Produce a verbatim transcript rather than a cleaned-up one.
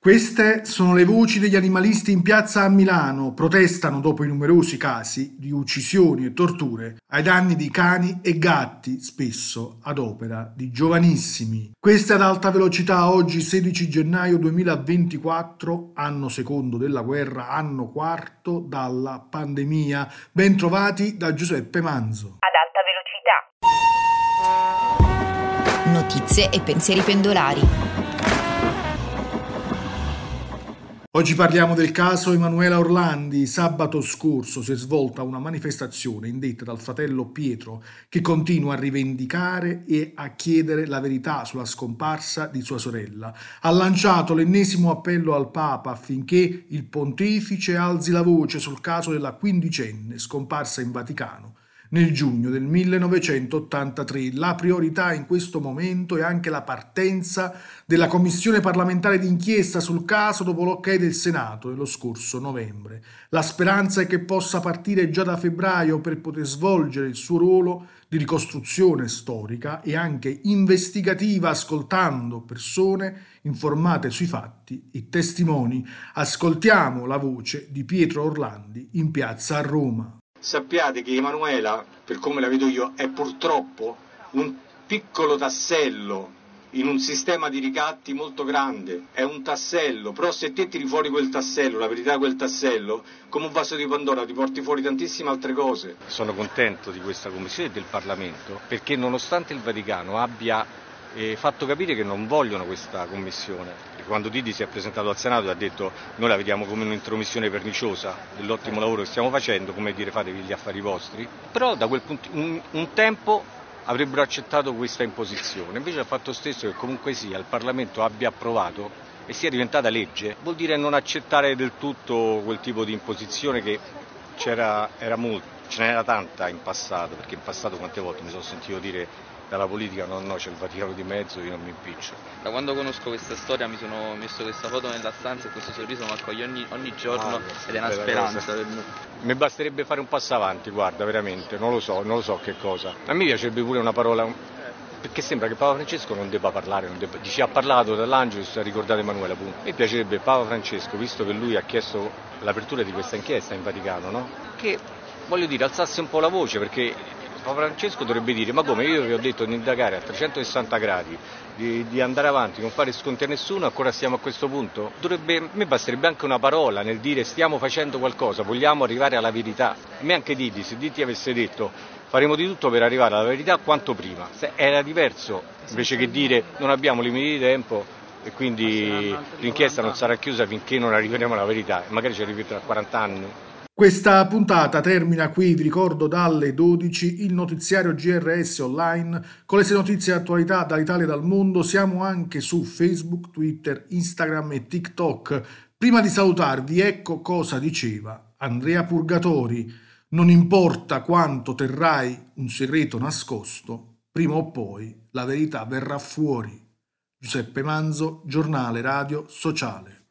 Queste sono le voci degli animalisti in piazza a Milano. Protestano dopo i numerosi casi di uccisioni e torture ai danni di cani e gatti, spesso ad opera di giovanissimi. Queste ad alta velocità oggi sedici gennaio duemilaventiquattro, anno secondo della guerra, anno quarto dalla pandemia. Ben trovati da Giuseppe Manzo. Ad alta velocità. Notizie e pensieri pendolari. Oggi parliamo del caso Emanuela Orlandi. Sabato scorso si è svolta una manifestazione indetta dal fratello Pietro, che continua a rivendicare e a chiedere la verità sulla scomparsa di sua sorella. Ha lanciato l'ennesimo appello al Papa affinché il pontefice alzi la voce sul caso della quindicenne scomparsa in Vaticano nel giugno del millenovecentottantatré. La priorità in questo momento è anche la partenza della commissione parlamentare d'inchiesta sul caso dopo l'ok del Senato nello scorso novembre. La speranza è che possa partire già da febbraio per poter svolgere il suo ruolo di ricostruzione storica e anche investigativa, ascoltando persone informate sui fatti e testimoni. Ascoltiamo la voce di Pietro Orlandi in piazza a Roma. Sappiate che Emanuela, per come la vedo io, è purtroppo un piccolo tassello in un sistema di ricatti molto grande. È un tassello, però se te tiri fuori quel tassello, la verità di quel tassello, come un vaso di Pandora ti porti fuori tantissime altre cose. Sono contento di questa commissione e del Parlamento, perché nonostante il Vaticano abbia e fatto capire che non vogliono questa commissione. E quando Didi si è presentato al Senato e ha detto noi la vediamo come un'intromissione perniciosa dell'ottimo lavoro che stiamo facendo, come dire fatevi gli affari vostri, però da quel punto un, un tempo avrebbero accettato questa imposizione, invece il fatto stesso che comunque sia il Parlamento abbia approvato e sia diventata legge vuol dire non accettare del tutto quel tipo di imposizione che c'era, era molto, ce n'era tanta in passato, perché in passato quante volte mi sono sentito dire dalla politica no, no, c'è il Vaticano di mezzo, io non mi impiccio. Da quando conosco questa storia mi sono messo questa foto nella stanza e questo sorriso mi accoglie ogni, ogni giorno ah, ed è una speranza cosa. Per me. Mi basterebbe fare un passo avanti, guarda, veramente, non lo so, non lo so che cosa. A me piacerebbe pure una parola, perché sembra che Papa Francesco non debba parlare, non debba, dice ha parlato dall'Angelus, ha ricordato Emanuela, punto. A me piacerebbe Papa Francesco, visto che lui ha chiesto l'apertura di questa inchiesta in Vaticano, no? Che, voglio dire, alzasse un po' la voce, perché Papa Francesco dovrebbe dire ma come io vi ho detto di indagare a trecentosessanta gradi, di, di andare avanti, non fare sconti a nessuno, ancora stiamo a questo punto? Dovrebbe, a me basterebbe anche una parola nel dire stiamo facendo qualcosa, vogliamo arrivare alla verità. A me anche Didi, se Didi avesse detto faremo di tutto per arrivare alla verità quanto prima, se era diverso, invece che dire non abbiamo limiti di tempo e quindi l'inchiesta non sarà chiusa finché non arriveremo alla verità, e magari ci arriveremo tra quaranta anni. Questa puntata termina qui, vi ricordo dalle dodici il notiziario G R S online con le notizie e attualità dall'Italia e dal mondo. Siamo anche su Facebook, Twitter, Instagram e TikTok. Prima di salutarvi, ecco cosa diceva Andrea Purgatori: non importa quanto terrai un segreto nascosto, prima o poi la verità verrà fuori. Giuseppe Manzo, giornale radio sociale.